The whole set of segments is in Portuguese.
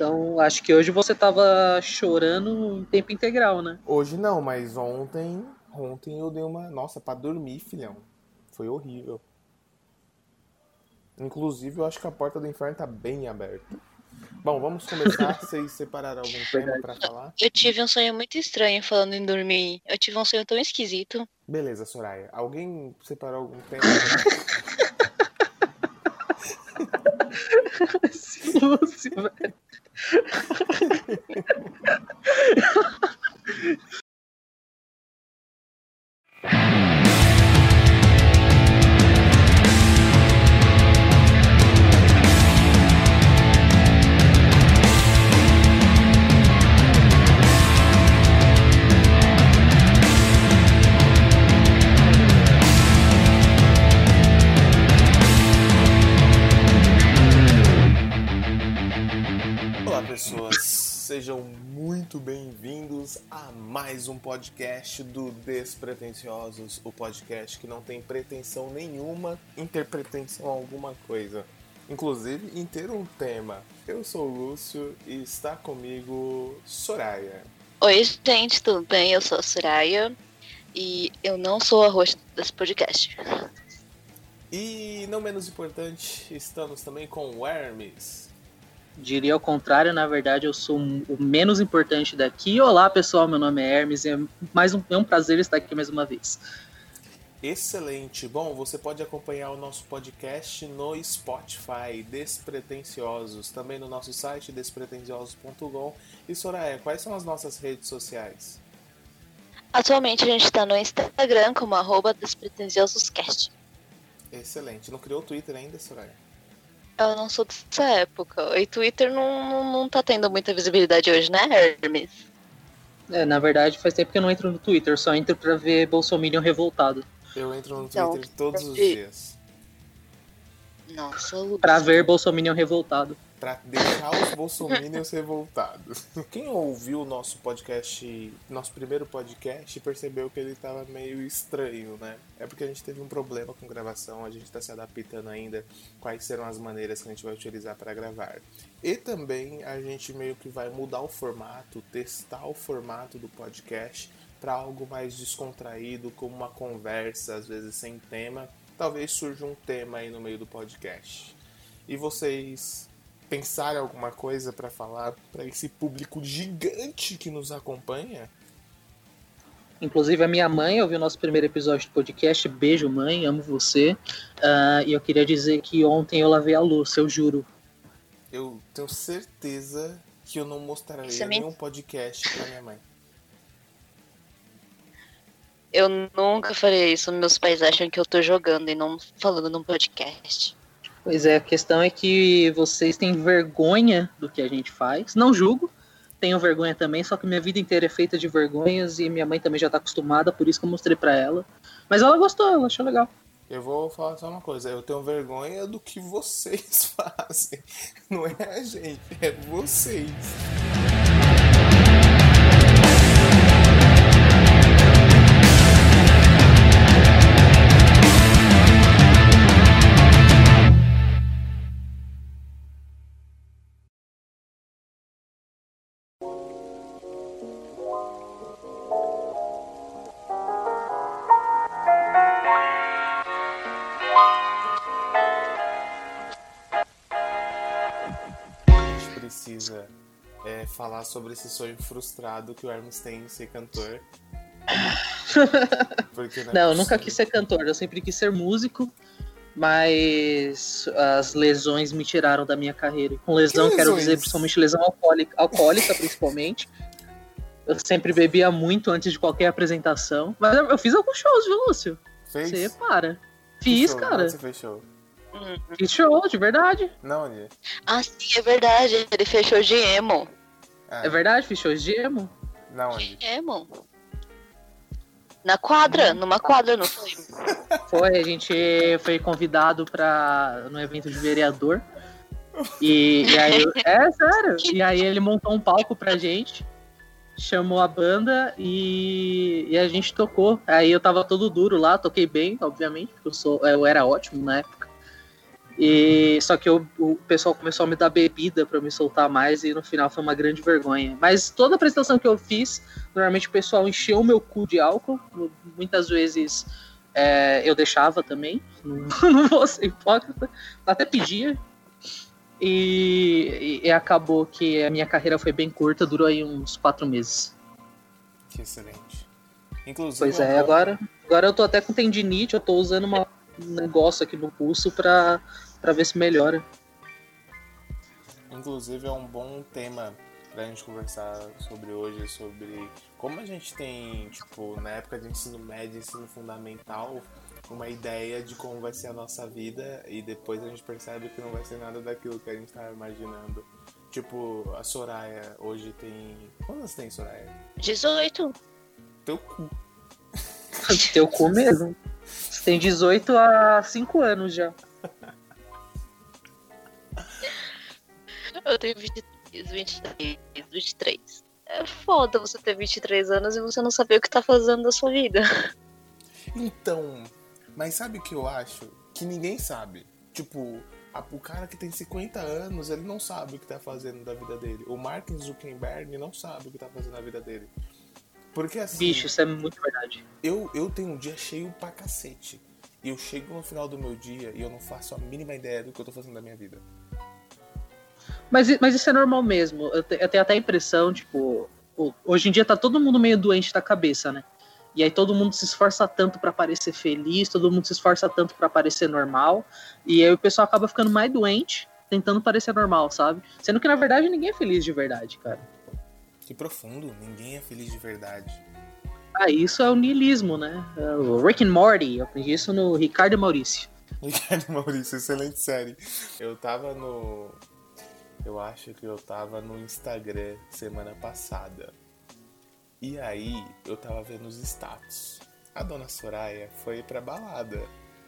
Então, acho que hoje você tava chorando em tempo integral, né? Hoje não, mas ontem eu dei uma... Nossa, pra dormir, filhão. Foi horrível. Inclusive, eu acho que a porta do inferno tá bem aberta. Bom, vamos começar. Vocês separaram algum tema pra falar? Eu tive um sonho muito estranho falando em dormir. Eu tive um sonho tão esquisito. Beleza, Soraya. Alguém separou algum tema? Lúcio, velho. Olá, pessoas. Sejam muito bem-vindos a mais um podcast do Despretensiosos, o podcast que não tem pretensão nenhuma em ter pretensão a alguma coisa, inclusive em ter um tema. Eu sou o Lúcio e está comigo Soraya. Oi, gente, tudo bem? Eu sou a Soraya e eu não sou a host desse podcast. E, não menos importante, estamos também com o Hermes. Diria ao contrário, na verdade, eu sou o menos importante daqui. Olá, pessoal, meu nome é Hermes e é um prazer estar aqui mais uma vez. Excelente. Bom, você pode acompanhar o nosso podcast no Spotify, Despretensiosos, também no nosso site, despretensiosos.com. E Soraya, quais são as nossas redes sociais? Atualmente a gente está no Instagram como @despretensiososcast. Excelente. Não criou o Twitter ainda, Soraya? Eu não sou dessa época. E Twitter não tá tendo muita visibilidade hoje, né, Hermes? Na verdade, faz tempo que eu não entro no Twitter, só entro pra ver Bolsominion revoltado. Eu entro no Twitter todos os dias. Nossa, Lúcio. Pra ver Bolsominion revoltado. Pra deixar os bolsominions revoltados. Quem ouviu o nosso podcast, nosso primeiro podcast, percebeu que ele tava meio estranho, né? É porque a gente teve um problema com gravação, a gente tá se adaptando ainda quais serão as maneiras que a gente vai utilizar para gravar. E também a gente meio que vai mudar o formato, testar o formato do podcast para algo mais descontraído, como uma conversa, às vezes sem tema. Talvez surja um tema aí no meio do podcast. E vocês pensaram alguma coisa para falar para esse público gigante que nos acompanha? Inclusive, a minha mãe ouviu o nosso primeiro episódio do podcast. Beijo, mãe, amo você. E eu queria dizer que ontem eu lavei a louça, eu juro. Eu tenho certeza que eu não mostraria nenhum podcast pra minha mãe. Eu nunca faria isso. Meus pais acham que eu tô jogando e não falando num podcast. Pois é, a questão é que vocês têm vergonha do que a gente faz. Não julgo, tenho vergonha também, só que minha vida inteira é feita de vergonhas e minha mãe também já tá acostumada, por isso que eu mostrei pra ela. Mas ela gostou, ela achou legal. Eu vou falar só uma coisa, eu tenho vergonha do que vocês fazem. Não é a gente, é vocês. Precisa falar sobre esse sonho frustrado que o Hermes tem em ser cantor. Porque não, eu nunca quis ser cantor, eu sempre quis ser músico, mas as lesões me tiraram da minha carreira. Com lesão, quero dizer, principalmente lesão alcoólica principalmente. Eu sempre bebia muito antes de qualquer apresentação. Mas eu fiz alguns shows, viu, Lúcio? Fez? Você para. Fiz, cara. Onde você fez show? Fiz show, de verdade. Não, onde? Ah, sim, é verdade. Ele fechou de emo. É verdade, fiz shows de emo. Não, onde? Emo. Na quadra, numa quadra, não foi? Foi, a gente foi convidado no evento de vereador. E aí, sério. E aí ele montou um palco pra gente, chamou a banda e a gente tocou. Aí eu tava todo duro lá, toquei bem, obviamente, porque eu era ótimo na época. E só que o pessoal começou a me dar bebida pra eu me soltar mais e no final foi uma grande vergonha. Mas toda apresentação que eu fiz, normalmente o pessoal encheu o meu cu de álcool. Muitas vezes eu deixava também, não vou ser hipócrita, até pedia. E acabou que a minha carreira foi bem curta, durou aí uns 4 meses. Que excelente. Inclusive, pois agora eu tô até com tendinite, eu tô usando um negócio aqui no pulso pra ver se melhora. Inclusive é um bom tema pra gente conversar sobre hoje, sobre como a gente tem, tipo, na época de ensino médio e ensino fundamental, uma ideia de como vai ser a nossa vida e depois a gente percebe que não vai ser nada daquilo que a gente tava imaginando. Tipo, a Soraya hoje tem... Quantos tem, Soraya? 18. Teu cu. Teu cu mesmo. Você tem 18 há 5 anos já. Eu tenho 23, 23. É foda você ter 23 anos e você não saber o que tá fazendo da sua vida. Então, mas sabe o que eu acho? Que ninguém sabe. Tipo, o cara que tem 50 anos, ele não sabe o que tá fazendo da vida dele. O Mark Zuckerberg não sabe o que tá fazendo da vida dele. Porque assim... Bicho, isso é muito verdade. Eu tenho um dia cheio pra cacete. E eu chego no final do meu dia e eu não faço a mínima ideia do que eu tô fazendo da minha vida. Mas isso é normal mesmo. Eu tenho até a impressão, tipo... Hoje em dia tá todo mundo meio doente da cabeça, né? E aí todo mundo se esforça tanto pra parecer feliz, todo mundo se esforça tanto pra parecer normal. E aí o pessoal acaba ficando mais doente, tentando parecer normal, sabe? Sendo que na verdade ninguém é feliz de verdade, cara. Que profundo, ninguém é feliz de verdade. Ah, isso é o niilismo, né? O Rick and Morty, eu aprendi isso no Ricardo e Maurício. Ricardo e Maurício, excelente série. Eu acho que eu tava no Instagram semana passada. E aí, eu tava vendo os status. A dona Soraya foi pra balada.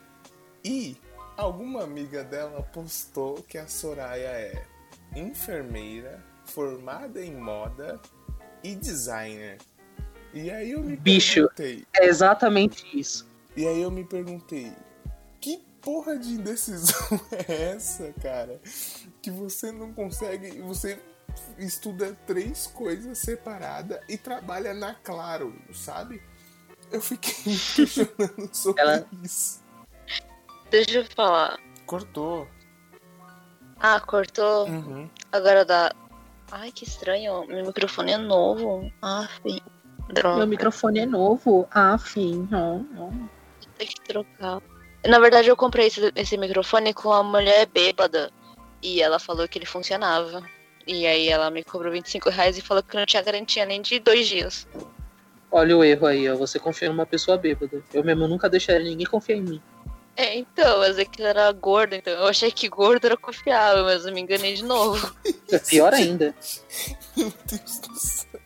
E alguma amiga dela postou que a Soraya é enfermeira, formada em moda e designer. E aí eu me perguntei... É exatamente isso. E aí eu me perguntei... Que porra de indecisão é essa, cara? Que você não consegue... Você estuda 3 coisas separadas e trabalha na Claro, sabe? Eu fiquei me questionando sobre isso. Deixa eu falar. Cortou. Ah, cortou? Uhum. Agora dá... Ai, que estranho. Meu microfone é novo. Droga. Meu microfone é novo. Fim. Tem que trocar. Na verdade, eu comprei esse microfone com a mulher bêbada. E ela falou que ele funcionava. E aí ela me cobrou R$25 e falou que não tinha garantia nem de 2 dias. Olha o erro aí, ó. Você confia numa pessoa bêbada. Eu mesmo nunca deixaria ninguém confiar em mim. Então, mas é que ele era gordo, então eu achei que gordo era confiável, mas eu me enganei de novo. É pior ainda. Meu Deus do céu.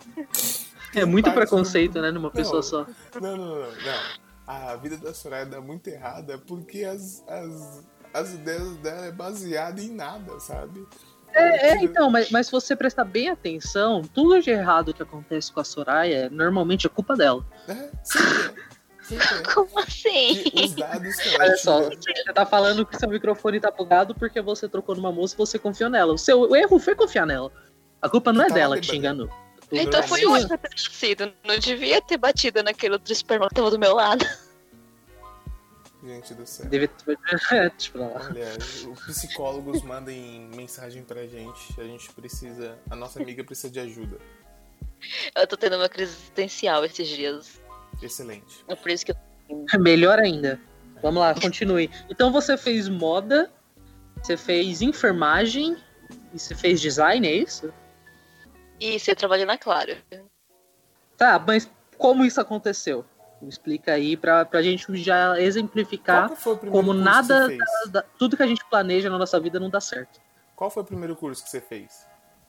É muito preconceito, né, numa pessoa só. Não. A vida da Soraya dá muito errada porque as ideias dela é baseada em nada, sabe? Então, mas se você prestar bem atenção, tudo de errado que acontece com a Soraya, normalmente é culpa dela. Sempre. Como assim? E os dados que ela Olha só, tira... você tá falando que seu microfone tá bugado porque você trocou numa moça e você confiou nela. O erro foi confiar nela. A culpa não é dela que te enganou. Então foi eu que ter sido. Não devia ter batido naquele outro esperma que tava do meu lado. Gente do céu. Devia ter... Olha, os psicólogos mandem mensagem pra gente. A gente precisa... A nossa amiga precisa de ajuda. Eu tô tendo uma crise existencial esses dias. Excelente. É por isso que eu... Melhor ainda. Vamos lá, continue. Então você fez moda, você fez enfermagem e você fez design, é isso? Isso, eu trabalhei na Claro. Tá, mas como isso aconteceu? Me explica aí pra gente já exemplificar como nada, tudo que a gente planeja na nossa vida não dá certo. Qual foi o primeiro curso que você fez?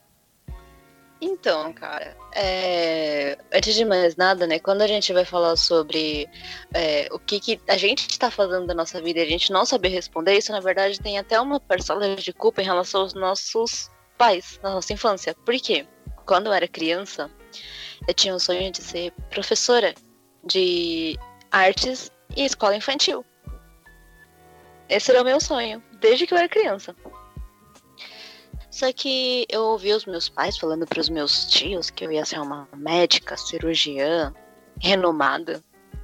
Então, cara, antes de mais nada, né, quando a gente vai falar sobre o que a gente está fazendo da nossa vida e a gente não saber responder, isso na verdade tem até uma parcela de culpa em relação aos nossos pais, na nossa infância. Por quê? Quando eu era criança, eu tinha o sonho de ser professora de artes e escola infantil. Esse era o meu sonho, desde que eu era criança. Só que eu ouvi os meus pais falando pros meus tios que eu ia ser uma médica, cirurgiã, renomada.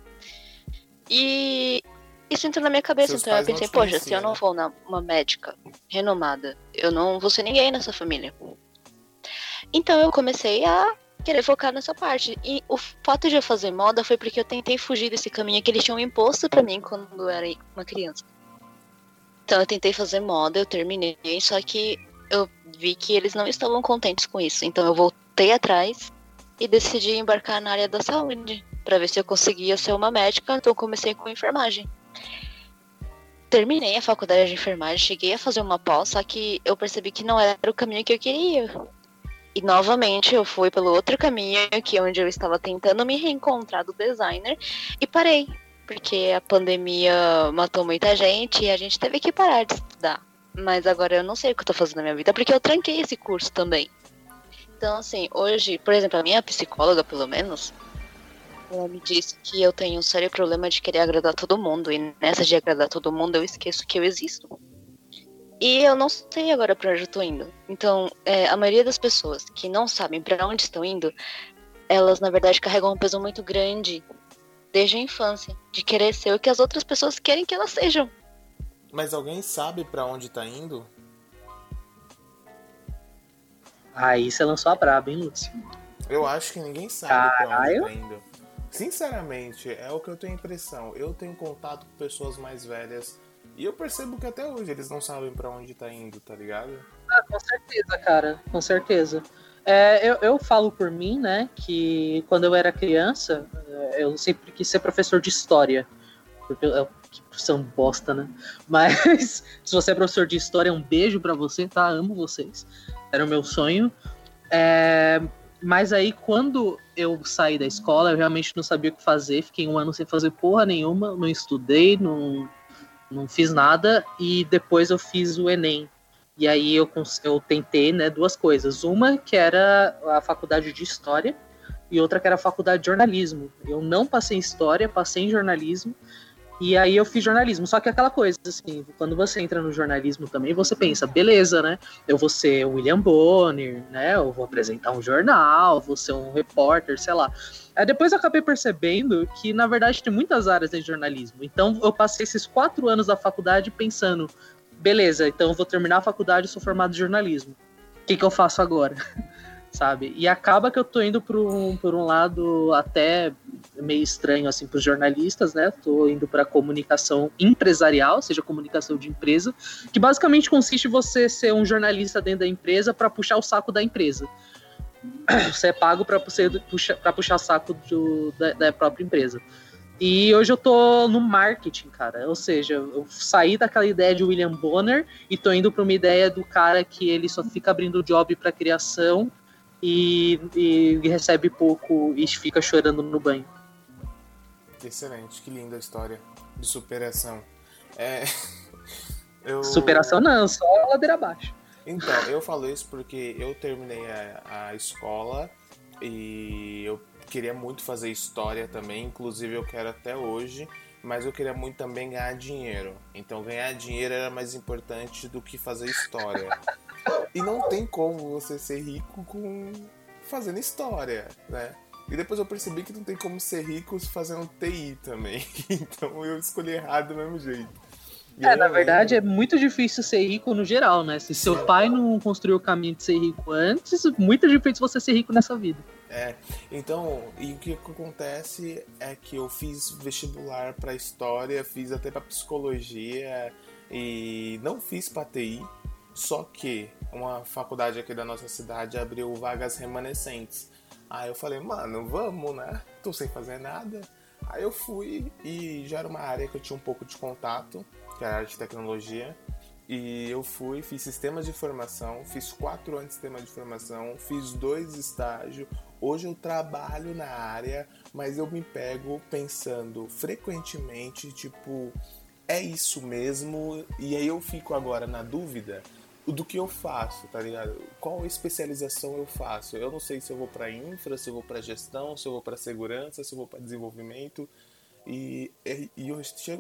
E isso entrou na minha cabeça, Seus então eu pais não pensei, te poxa, se eu conheciam, não né? for uma médica renomada, eu não vou ser ninguém nessa família. Então eu comecei a querer focar nessa parte. E o fato de eu fazer moda foi porque eu tentei fugir desse caminho que eles tinham imposto pra mim quando eu era uma criança. Então eu tentei fazer moda, eu terminei, só que eu vi que eles não estavam contentes com isso. Então eu voltei atrás e decidi embarcar na área da saúde, pra ver se eu conseguia ser uma médica. Então eu comecei com enfermagem. Terminei a faculdade de enfermagem, cheguei a fazer uma pós, só que eu percebi que não era o caminho que eu queria. E novamente eu fui pelo outro caminho, que é onde eu estava tentando me reencontrar do designer, e parei. Porque a pandemia matou muita gente e a gente teve que parar de estudar. Mas agora eu não sei o que eu tô fazendo na minha vida, porque eu tranquei esse curso também. Então, assim, hoje, por exemplo, a minha psicóloga, pelo menos, ela me disse que eu tenho um sério problema de querer agradar todo mundo. E nessa de agradar todo mundo, eu esqueço que eu existo. E eu não sei agora pra onde eu tô indo. Então, a maioria das pessoas que não sabem pra onde estão indo, elas, na verdade, carregam um peso muito grande desde a infância, de querer ser o que as outras pessoas querem que elas sejam. Mas alguém sabe pra onde tá indo? Aí você lançou a braba, hein, Lúcio? Eu acho que ninguém sabe pra onde Caralho. tá indo. Sinceramente, é o que eu tenho impressão. Eu tenho contato com pessoas mais velhas e eu percebo que até hoje eles não sabem pra onde tá indo, tá ligado? Ah, com certeza, cara, com certeza. Eu falo por mim, né, que quando eu era criança, eu sempre quis ser professor de história. Porque que profissão bosta, né? Mas se você é professor de história, um beijo pra você, tá? Amo vocês. Era o meu sonho. Mas aí, quando eu saí da escola, eu realmente não sabia o que fazer. Fiquei um ano sem fazer porra nenhuma, não estudei, não fiz nada. E depois eu fiz o Enem. E aí eu tentei, né, duas coisas. Uma que era a faculdade de História e outra que era a faculdade de Jornalismo. Eu não passei em História, passei em Jornalismo. E aí eu fiz jornalismo. Só que aquela coisa, assim, quando você entra no jornalismo também, você pensa, beleza, né? Eu vou ser o William Bonner, né? Eu vou apresentar um jornal, vou ser um repórter, sei lá. Aí depois eu acabei percebendo que, na verdade, tem muitas áreas de jornalismo. Então eu passei esses 4 anos da faculdade pensando, beleza, então eu vou terminar a faculdade e sou formado em jornalismo. O que eu faço agora? Sabe? E acaba que eu tô indo por um lado até meio estranho, assim, pros jornalistas, né? Tô indo pra comunicação empresarial, ou seja, comunicação de empresa, que basicamente consiste em você ser um jornalista dentro da empresa para puxar o saco da empresa. Você é pago para puxar saco da própria empresa. E hoje eu tô no marketing, cara. Ou seja, eu saí daquela ideia de William Bonner e tô indo pra uma ideia do cara que ele só fica abrindo job pra criação e recebe pouco e fica chorando no banho. Excelente, que linda história de superação. Superação não, só ladeira abaixo. Então, eu falo isso porque eu terminei a escola e eu queria muito fazer história também, inclusive eu quero até hoje, mas eu queria muito também ganhar dinheiro. Então ganhar dinheiro era mais importante do que fazer história. E não tem como você ser rico fazendo história, né? E depois eu percebi que não tem como ser rico fazendo TI também. Então eu escolhi errado do mesmo jeito. Na verdade, é muito difícil ser rico no geral, né? Se seu pai não construiu o caminho de ser rico antes, muito difícil você ser rico nessa vida. Então, e o que acontece é que eu fiz vestibular pra história, fiz até pra psicologia e não fiz pra TI, só que uma faculdade aqui da nossa cidade abriu vagas remanescentes. Aí eu falei, mano, vamos, né? Tô sem fazer nada. Aí eu fui e já era uma área que eu tinha um pouco de contato, que era a área de tecnologia. E eu fui, fiz sistemas de informação, fiz 4 anos de sistema de informação, fiz 2 estágios. Hoje eu trabalho na área, mas eu me pego pensando frequentemente, tipo, é isso mesmo? E aí eu fico agora na dúvida do que eu faço, tá ligado? Qual especialização eu faço? Eu não sei se eu vou pra infra, se eu vou pra gestão, se eu vou pra segurança, se eu vou pra desenvolvimento. E eu chego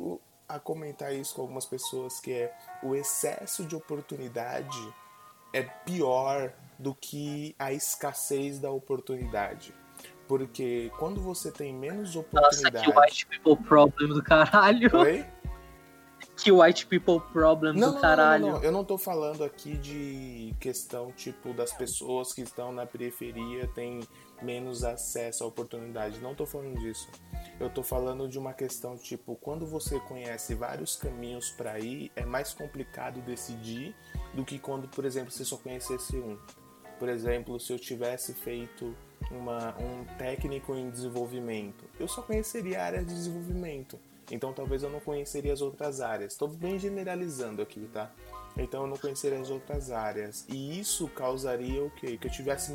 a comentar isso com algumas pessoas, que é o excesso de oportunidade é pior do que a escassez da oportunidade. Porque quando você tem menos oportunidade... Nossa, que white people problem do caralho. Oi? Que white people problem do caralho. Não. Eu não tô falando aqui de questão, tipo, das pessoas que estão na periferia têm menos acesso à oportunidade. Não tô falando disso. Eu tô falando de uma questão, tipo, quando você conhece vários caminhos para ir, é mais complicado decidir do que quando, por exemplo, você só conhecesse um. Por exemplo, se eu tivesse feito um técnico em desenvolvimento, eu só conheceria a área de desenvolvimento. Então talvez eu não conheceria as outras áreas. Estou bem generalizando aqui, tá? Então eu não conheceria as outras áreas. E isso causaria o quê? Que eu tivesse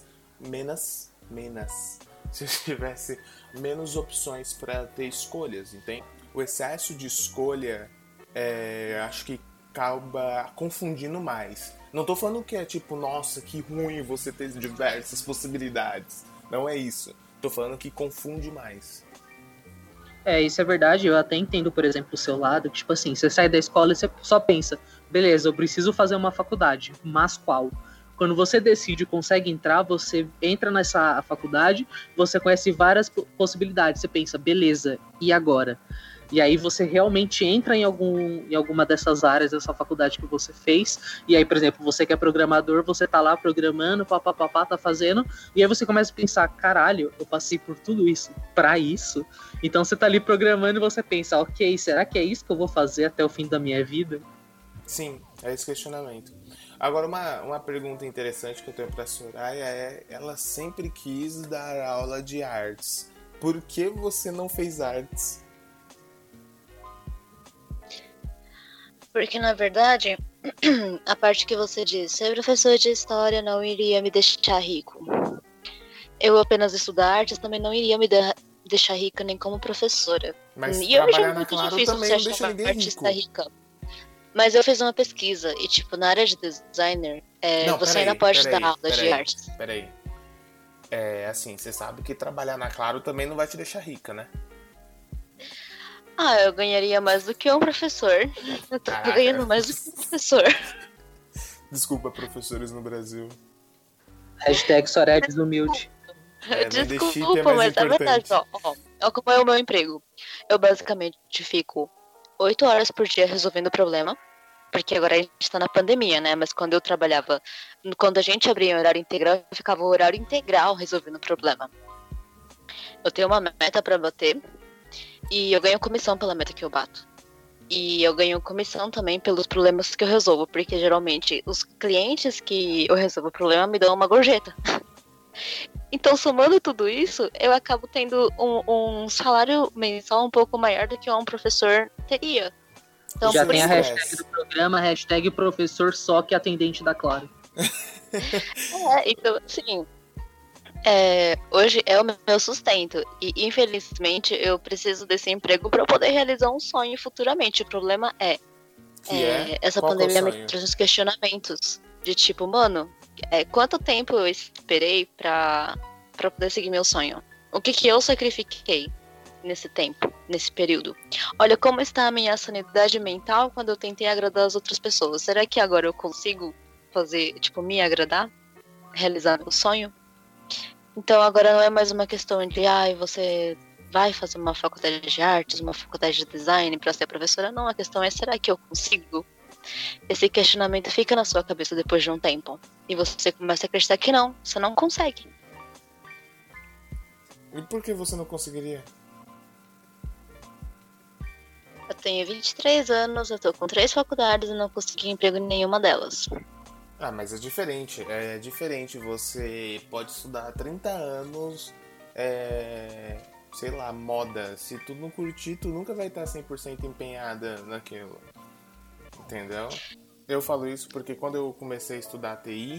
se eu tivesse menos opções para ter escolhas, entende? O excesso de escolha, acho que acaba confundindo mais. Não tô falando que é tipo, nossa, que ruim você ter diversas possibilidades. Não é isso. Tô falando que confunde mais. Isso é verdade. Eu até entendo, por exemplo, o seu lado. Que, tipo assim, você sai da escola e você só pensa, beleza, eu preciso fazer uma faculdade, mas qual? Quando você decide, consegue entrar, você entra nessa faculdade, você conhece várias possibilidades. Você pensa, beleza, e agora? E aí você realmente entra em alguma dessas áreas dessa faculdade que você fez. E aí, por exemplo, você que é programador, você tá lá programando, papapá, tá fazendo. E aí você começa a pensar, caralho, eu passei por tudo isso pra isso. Então você tá ali programando e você pensa, ok, será que é isso que eu vou fazer até o fim da minha vida? Sim, é esse questionamento. Agora, uma pergunta interessante que eu tenho pra Soraya é: ela sempre quis dar aula de artes. Por que você não fez artes? Porque, na verdade, a parte que você disse, ser professor de história não iria me deixar rico. Eu apenas estudar artes também não iria me deixar rica nem como professora. Mas e eu já é trabalhar na muito Claro difícil também você não deixa achar uma ninguém artista rico. rica. Mas eu fiz uma pesquisa e, tipo, na área de designer, você ainda pode dar aula de artes. Peraí. Assim, você sabe que trabalhar na Claro também não vai te deixar rica, né? Eu ganharia mais do que um professor. Eu tô ganhando mais do que um professor. Desculpa, professores no Brasil. Hashtag Soraya desumilde. Desculpa, mas é verdade. Ó, como é o meu emprego. Eu basicamente fico 8 horas por dia resolvendo o problema. Porque agora a gente tá na pandemia, né? Mas quando eu trabalhava, quando a gente abria em horário integral, eu ficava o horário integral resolvendo o problema. Eu tenho uma meta pra bater. E eu ganho comissão pela meta que eu bato. E eu ganho comissão também pelos problemas que eu resolvo. Porque geralmente os clientes que eu resolvo o problema me dão uma gorjeta. Então, somando tudo isso, eu acabo tendo um salário mensal um pouco maior do que um professor teria. Então, já tem a hashtag do programa, hashtag professor só que atendente da Claro. Então, assim... hoje é o meu sustento e infelizmente eu preciso desse emprego para poder realizar um sonho futuramente. O problema essa Qual pandemia que é o me sonho? trouxe uns questionamentos de tipo, mano, quanto tempo eu esperei para poder seguir meu sonho? O que eu sacrifiquei nesse tempo, nesse período? Olha como está a minha sanidade mental quando eu tentei agradar as outras pessoas. Será que agora eu consigo fazer, tipo, me agradar? Realizar meu sonho? Então agora não é mais uma questão de você vai fazer uma faculdade de artes, uma faculdade de design para ser professora. Não, a questão é, será que eu consigo? Esse questionamento fica na sua cabeça depois de um tempo. E você começa a acreditar que não, você não consegue. E por que você não conseguiria? Eu tenho 23 anos, eu tô com 3 faculdades e não consegui emprego em nenhuma delas. Mas é diferente. É diferente. Você pode estudar há 30 anos, sei lá, moda. Se tu não curtir, tu nunca vai estar 100% empenhada naquilo. Entendeu? Eu falo isso porque quando eu comecei a estudar TI,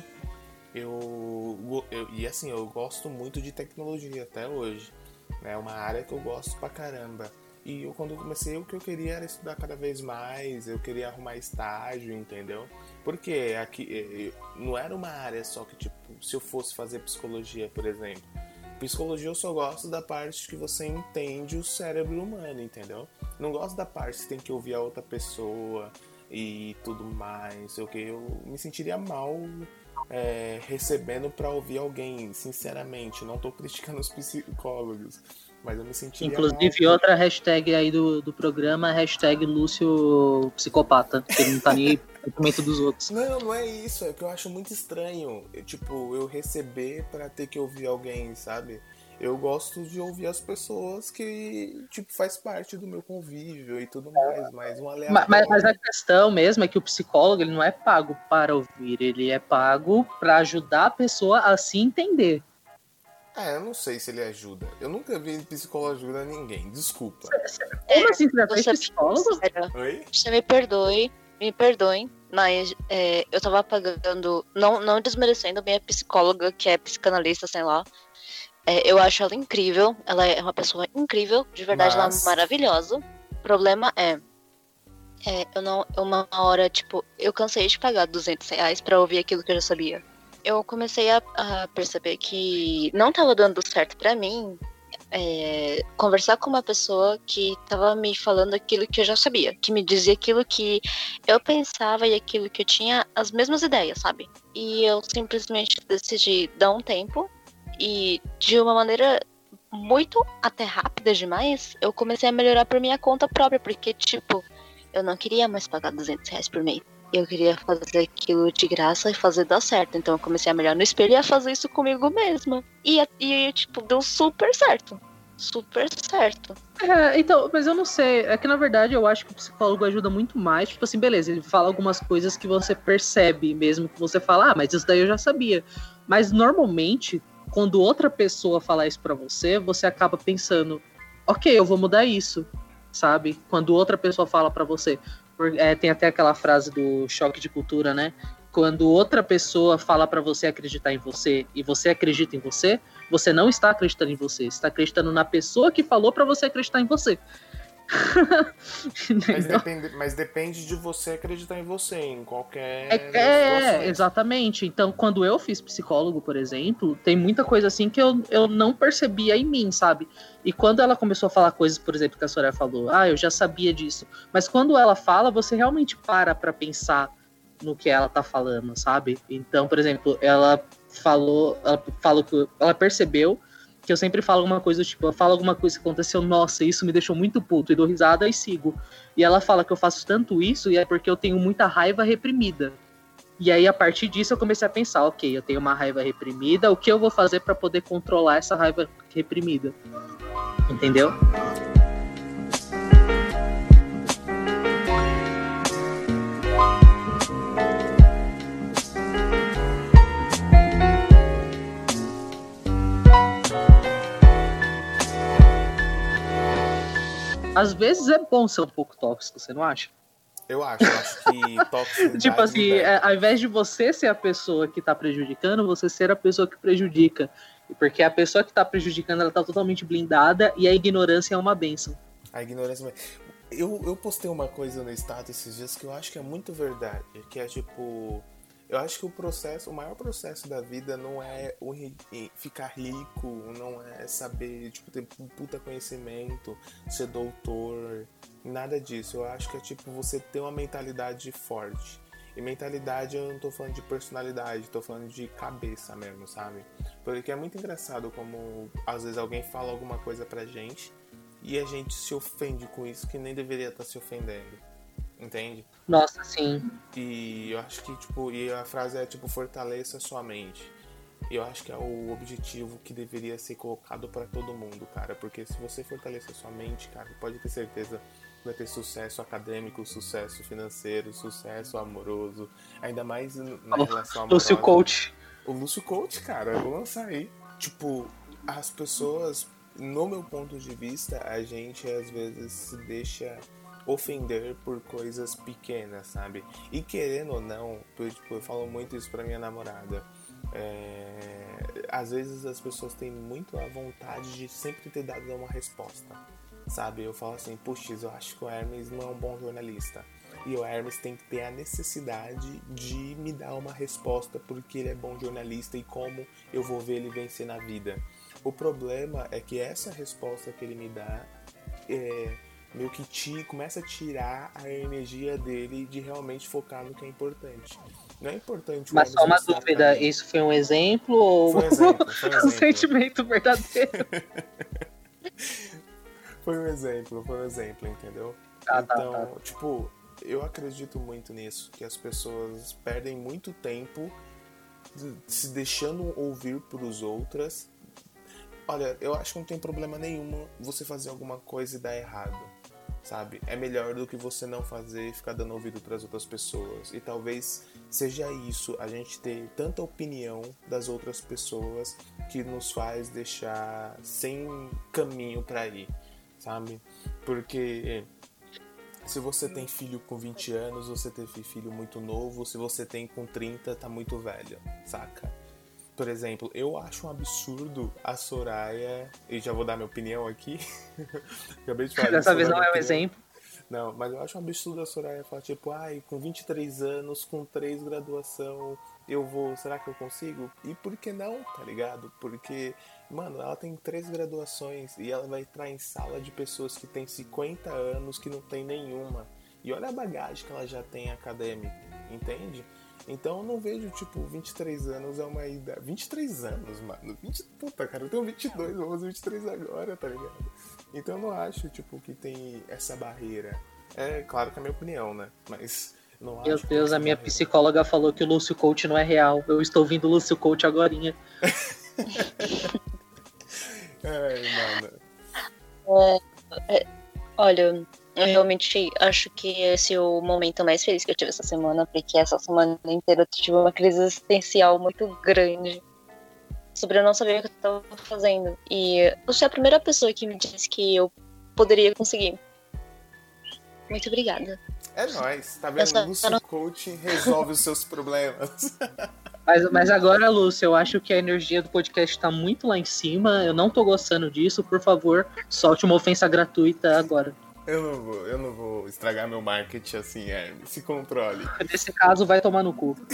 e assim, eu gosto muito de tecnologia até hoje. É uma área que eu gosto pra caramba. E quando eu comecei, o que eu queria era estudar cada vez mais, eu queria arrumar estágio, entendeu? Porque aqui não era uma área só que, tipo, se eu fosse fazer psicologia, por exemplo. Psicologia eu só gosto da parte que você entende o cérebro humano, entendeu? Não gosto da parte que tem que ouvir a outra pessoa e tudo mais. Eu me sentiria mal recebendo pra ouvir alguém, sinceramente. Não tô criticando os psicólogos, mas eu me sentiria Inclusive, mal. outra hashtag aí do programa, hashtag Lúcio Psicopata, que ele não tá nem no pensamento dos outros. Não é isso, é que eu acho muito estranho, eu receber pra ter que ouvir alguém, sabe? Eu gosto de ouvir as pessoas que, faz parte do meu convívio e tudo mais, mas um aleatório... Mas a questão mesmo é que o psicólogo, ele não é pago para ouvir, ele é pago para ajudar a pessoa a se entender. Eu não sei se ele ajuda. Eu nunca vi psicólogo ajudar ninguém, desculpa. Como assim, você já fez psicólogo? Oi? Você me perdoem, mas eu tava pagando, não desmerecendo minha psicóloga, que é psicanalista, sei lá. Eu acho ela incrível, ela é uma pessoa incrível, de verdade, ela é maravilhosa. O problema uma hora, eu cansei de pagar R$200 pra ouvir aquilo que eu já sabia. Eu comecei a perceber que não tava dando certo pra mim conversar com uma pessoa que tava me falando aquilo que eu já sabia, que me dizia aquilo que eu pensava e aquilo que eu tinha as mesmas ideias, sabe? E eu simplesmente decidi dar um tempo e de uma maneira muito até rápida demais, eu comecei a melhorar por minha conta própria, porque eu não queria mais pagar R$200 por mês. Eu queria fazer aquilo de graça e fazer dar certo. Então eu comecei a melhorar no espelho e a fazer isso comigo mesma. E deu super certo. Super certo. Então, mas eu não sei. É que na verdade eu acho que o psicólogo ajuda muito mais. Tipo assim, beleza, ele fala algumas coisas que você percebe, mesmo que você fala, mas isso daí eu já sabia. Mas normalmente, quando outra pessoa fala isso pra você, você acaba pensando, ok, eu vou mudar isso, sabe? Quando outra pessoa fala pra você. Tem até aquela frase do choque de cultura, né? Quando outra pessoa fala pra você acreditar em você e você acredita em você, você não está acreditando em você, está acreditando na pessoa que falou pra você acreditar em você. Mas depende de você acreditar em você, em qualquer exatamente. Então, quando eu fiz psicólogo, por exemplo, tem muita coisa assim que eu não percebia em mim, sabe? E quando ela começou a falar coisas, por exemplo, que a Soraya falou, eu já sabia disso. Mas quando ela fala, você realmente para pra pensar no que ela tá falando, sabe? Então, por exemplo, ela falou que ela percebeu que eu sempre falo alguma coisa, eu falo alguma coisa que aconteceu, nossa, isso me deixou muito puto, e dou risada e sigo. E ela fala que eu faço tanto isso e é porque eu tenho muita raiva reprimida. E aí, a partir disso, eu comecei a pensar, ok, eu tenho uma raiva reprimida, o que eu vou fazer para poder controlar essa raiva reprimida? Entendeu? Às vezes é bom ser um pouco tóxico, você não acha? Eu acho que toxicidade... Tipo assim, ao invés de você ser a pessoa que tá prejudicando, você ser a pessoa que prejudica. Porque a pessoa que tá prejudicando, ela tá totalmente blindada e a ignorância é uma bênção. A ignorância... Eu postei uma coisa no status esses dias que eu acho que é muito verdade, que é eu acho que o maior processo da vida não é ficar rico, não é saber, ter um puta conhecimento, ser doutor, nada disso. Eu acho que é você ter uma mentalidade forte. E mentalidade eu não tô falando de personalidade, tô falando de cabeça mesmo, sabe? Porque é muito engraçado como às vezes alguém fala alguma coisa pra gente e a gente se ofende com isso que nem deveria estar se ofendendo. Entende? Nossa, sim. E eu acho que, e a frase é, fortaleça sua mente. E eu acho que é o objetivo que deveria ser colocado pra todo mundo, cara. Porque se você fortalecer sua mente, cara, pode ter certeza que vai ter sucesso acadêmico, sucesso financeiro, sucesso amoroso. Ainda mais na relação amorosa. Lúcio Coach. O Lúcio Coach, cara, eu vou lançar aí. As pessoas, no meu ponto de vista, a gente às vezes se deixa ofender por coisas pequenas, sabe? E querendo ou não, eu falo muito isso pra minha namorada. Às vezes as pessoas têm muito a vontade de sempre ter dado uma resposta, sabe? Eu falo assim, puxa, eu acho que o Hermes não é um bom jornalista. E o Hermes tem que ter a necessidade de me dar uma resposta porque ele é bom jornalista e como eu vou ver ele vencer na vida. O problema é que essa resposta que ele me dá meio que começa a tirar a energia dele de realmente focar no que é importante. Não é importante. Mas só uma dúvida, isso foi um exemplo ou foi um exemplo. um sentimento verdadeiro? Foi um exemplo, entendeu? Então, tipo, eu acredito muito nisso, que as pessoas perdem muito tempo se deixando ouvir por os outros. Olha, eu acho que não tem problema nenhum você fazer alguma coisa e dar errado, sabe? É melhor do que você não fazer e ficar dando ouvido para as outras pessoas. E talvez seja isso, a gente ter tanta opinião das outras pessoas que nos faz deixar sem caminho para ir, sabe? Porque se você tem filho com 20 anos, você teve filho muito novo. Se você tem com 30, tá muito velho, saca? Por exemplo, eu acho um absurdo a Soraya, e já vou dar minha opinião aqui. Acabei de falar. Dessa vez não é um exemplo. Não, mas eu acho um absurdo a Soraya falar, tipo, com 23 anos, com 3 graduação, será que eu consigo? E por que não, tá ligado? Porque, mano, ela tem 3 graduações e ela vai entrar em sala de pessoas que tem 50 anos, que não tem nenhuma. E olha a bagagem que ela já tem acadêmica, entende? Então eu não vejo, tipo, 23 anos é uma idade... 23 anos, mano. Puta, cara, eu tenho 22, vou fazer 23 agora, tá ligado? Então eu não acho, tipo, que tem essa barreira. É claro que é a minha opinião, né? Mas não acho. Meu Deus, a minha psicóloga falou que o Lúcio Coach não é real. Eu estou ouvindo o Lúcio Coach agorinha. Ai, mano. Olha... Eu realmente acho que esse é o momento mais feliz que eu tive essa semana, porque essa semana inteira eu tive uma crise existencial muito grande sobre eu não saber o que eu estava fazendo. E você é a primeira pessoa que me disse que eu poderia conseguir. Muito obrigada. É nóis, tá vendo? O Lúcio Coach resolve os seus problemas. Mas agora, Lúcio, eu acho que a energia do podcast tá muito lá em cima. Eu não tô gostando disso. Por favor, solte uma ofensa gratuita agora. Eu não vou estragar meu marketing assim, Hermes. Se controle. Nesse caso, vai tomar no cu.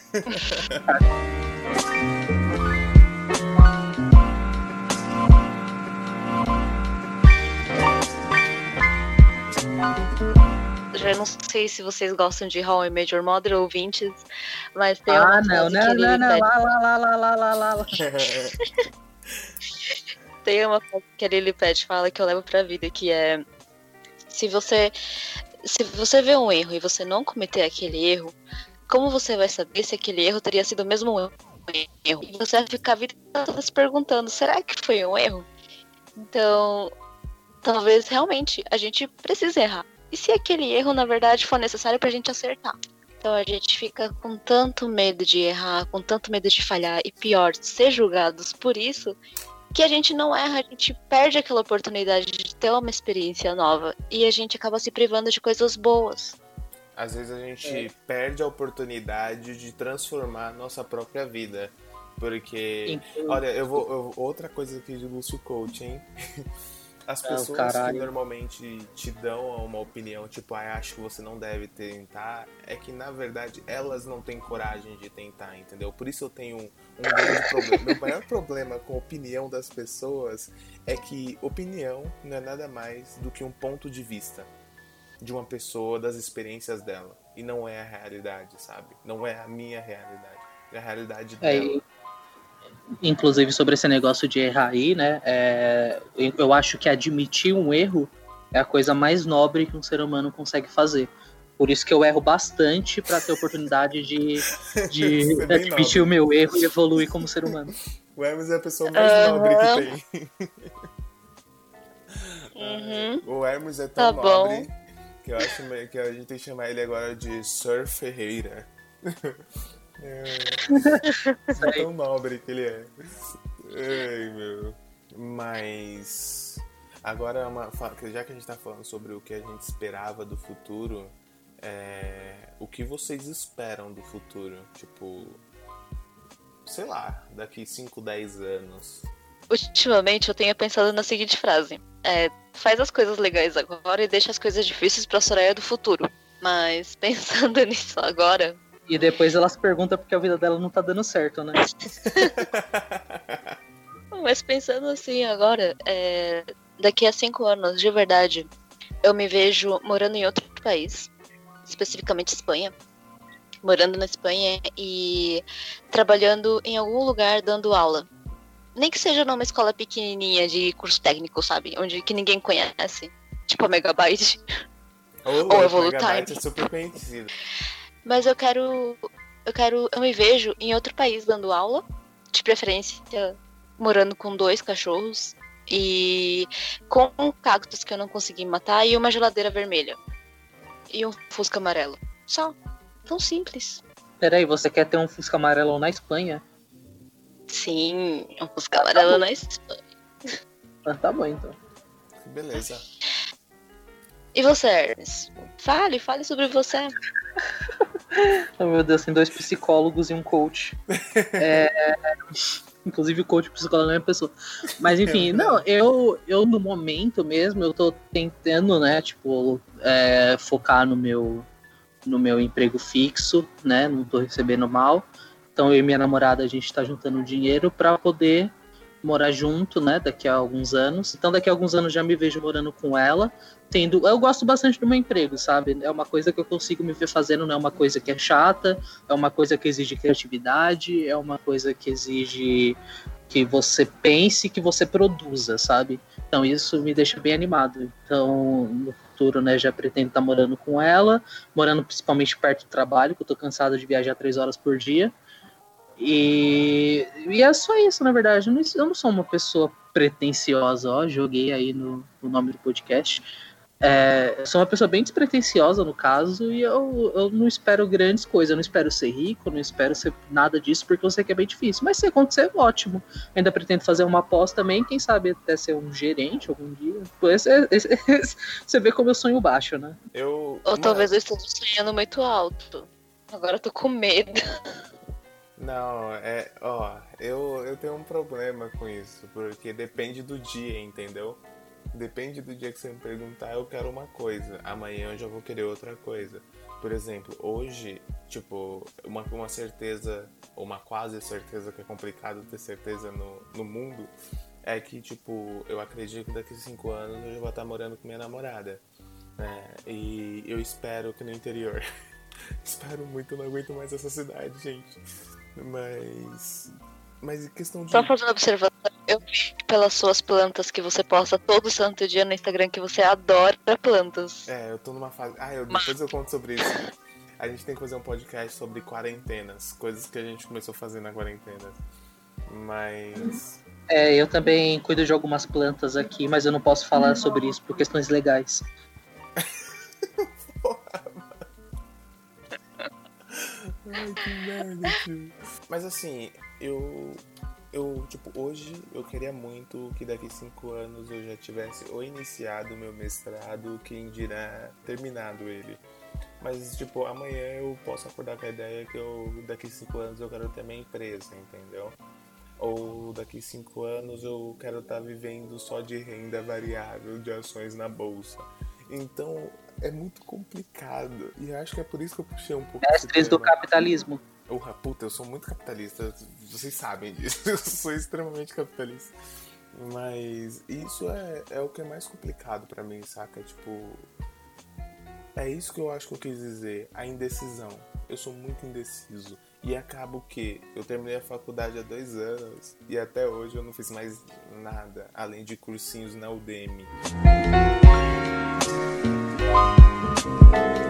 Já não sei se vocês gostam de How I Met Your Mother ouvintes, mas tem uma frase lá. Tem uma coisa que a Lily Pet fala que eu levo pra vida, que é: se você vê um erro e você não cometer aquele erro, como você vai saber se aquele erro teria sido mesmo um erro? E você vai ficar a vida toda se perguntando, será que foi um erro? Então, talvez realmente a gente precise errar. E se aquele erro, na verdade, for necessário pra gente acertar? Então a gente fica com tanto medo de errar, com tanto medo de falhar e, pior, ser julgados por isso, que a gente não erra, a gente perde aquela oportunidade de ter uma experiência nova e a gente acaba se privando de coisas boas. Às vezes a gente perde a oportunidade de transformar a nossa própria vida. Porque, olha, outra coisa aqui de Lúcio Coach, hein? As pessoas que normalmente te dão uma opinião, tipo, acho que você não deve tentar, é que, na verdade, elas não têm coragem de tentar, entendeu? Por isso eu tenho um grande problema. Meu maior problema com a opinião das pessoas é que opinião não é nada mais do que um ponto de vista de uma pessoa, das experiências dela. E não é a realidade, sabe? Não é a minha realidade. É a realidade dela. Inclusive sobre esse negócio de errar aí, né? Eu acho que admitir um erro é a coisa mais nobre que um ser humano consegue fazer. Por isso que eu erro bastante para ter a oportunidade de admitir o meu erro e evoluir como ser humano. O Hermes é a pessoa mais nobre que tem. O Hermes é tão nobre que eu acho que a gente tem que chamar ele agora de Sir Ferreira. É tão nobre que ele é. Ai, meu. Mas agora, já que a gente tá falando sobre o que a gente esperava do futuro, o que vocês esperam do futuro? Tipo, sei lá, daqui 5, 10 anos. Ultimamente eu tenho pensado na seguinte frase: faz as coisas legais agora e deixa as coisas difíceis pra Soraya do futuro. Mas pensando nisso agora... E depois ela se pergunta porque a vida dela não tá dando certo, né? Mas pensando assim agora, daqui a 5 anos, de verdade, eu me vejo morando em outro país, especificamente Espanha. Morando na Espanha e trabalhando em algum lugar dando aula. Nem que seja numa escola pequenininha de curso técnico, sabe? Onde que ninguém conhece. Tipo a Megabyte. Ou a Evolutime. Megabyte é super conhecido. Mas eu me vejo em outro país dando aula. De preferência, morando com 2 cachorros. E com cactos que eu não consegui matar. E uma geladeira vermelha. E um Fusca amarelo. Só. Tão simples. Peraí, você quer ter um Fusca amarelo na Espanha? Sim, um Fusca amarelo na Espanha. Ah, tá bom, então. Beleza. E você, Hermes? Fale sobre você. Oh, meu Deus, tem 2 psicólogos e um coach. Inclusive o coach psicólogo é a mesma pessoa. Mas enfim, não, eu no momento mesmo, eu tô tentando, né, tipo, focar no meu emprego fixo, né? Não tô recebendo mal. Então eu e minha namorada, a gente tá juntando dinheiro para poder morar junto, né? Daqui a alguns anos. Então daqui a alguns anos já me vejo morando com ela. Eu gosto bastante do meu emprego, sabe? É uma coisa que eu consigo me ver fazendo, não é uma coisa que é chata, é uma coisa que exige criatividade, é uma coisa que exige que você pense, que você produza, sabe? Então isso me deixa bem animado. Então no futuro, né, já pretendo estar morando com ela, morando principalmente perto do trabalho, que eu tô cansado de viajar 3 horas por dia. E é só isso, na verdade. Eu não sou uma pessoa pretensiosa, ó, joguei aí no nome do podcast. Eu sou uma pessoa bem despretensiosa, no caso, e eu não espero grandes coisas. Eu não espero ser rico, não espero ser nada disso, porque eu sei que é bem difícil. Mas se acontecer, ótimo. Ainda pretendo fazer uma pós também, quem sabe até ser um gerente algum dia. Você vê como eu sonho baixo, né? Ou talvez eu esteja sonhando muito alto. Agora eu tô com medo. Não, eu tenho um problema com isso, porque depende do dia, entendeu? Depende do dia que você me perguntar, eu quero uma coisa, amanhã eu já vou querer outra coisa. Por exemplo, hoje, tipo, uma certeza, ou uma quase certeza, que é complicado ter certeza no mundo, é que, tipo, eu acredito que daqui a 5 anos eu já vou estar morando com minha namorada, né? E eu espero que no interior. Espero muito, eu não aguento mais essa cidade, gente. Mas em questão de... Só fazendo observação, eu vi pelas suas plantas que você posta todo santo dia no Instagram que você adora plantas. Eu tô numa fase... depois eu conto sobre isso. A gente tem que fazer um podcast sobre quarentenas, coisas que a gente começou a fazer na quarentena. Mas... eu também cuido de algumas plantas aqui, mas eu não posso falar sobre isso por questões legais. Ai, que merda, tio. Mas assim, eu tipo, hoje eu queria muito que daqui 5 anos eu já tivesse ou iniciado o meu mestrado, quem dirá terminado ele. Mas, tipo, amanhã eu posso acordar com a ideia que daqui 5 anos eu quero ter minha empresa, entendeu? Ou daqui 5 anos eu quero estar vivendo só de renda variável, de ações na bolsa. Então, é muito complicado. E acho que é por isso que eu puxei um pouco... Mestres do capitalismo. Puta, eu sou muito capitalista. Vocês sabem disso. Eu sou extremamente capitalista. Mas isso é o que é mais complicado pra mim, saca? Tipo... É isso que eu acho que eu quis dizer. A indecisão. Eu sou muito indeciso. E acabo que eu terminei a faculdade há 2 anos. E até hoje eu não fiz mais nada. Além de cursinhos na Udemy.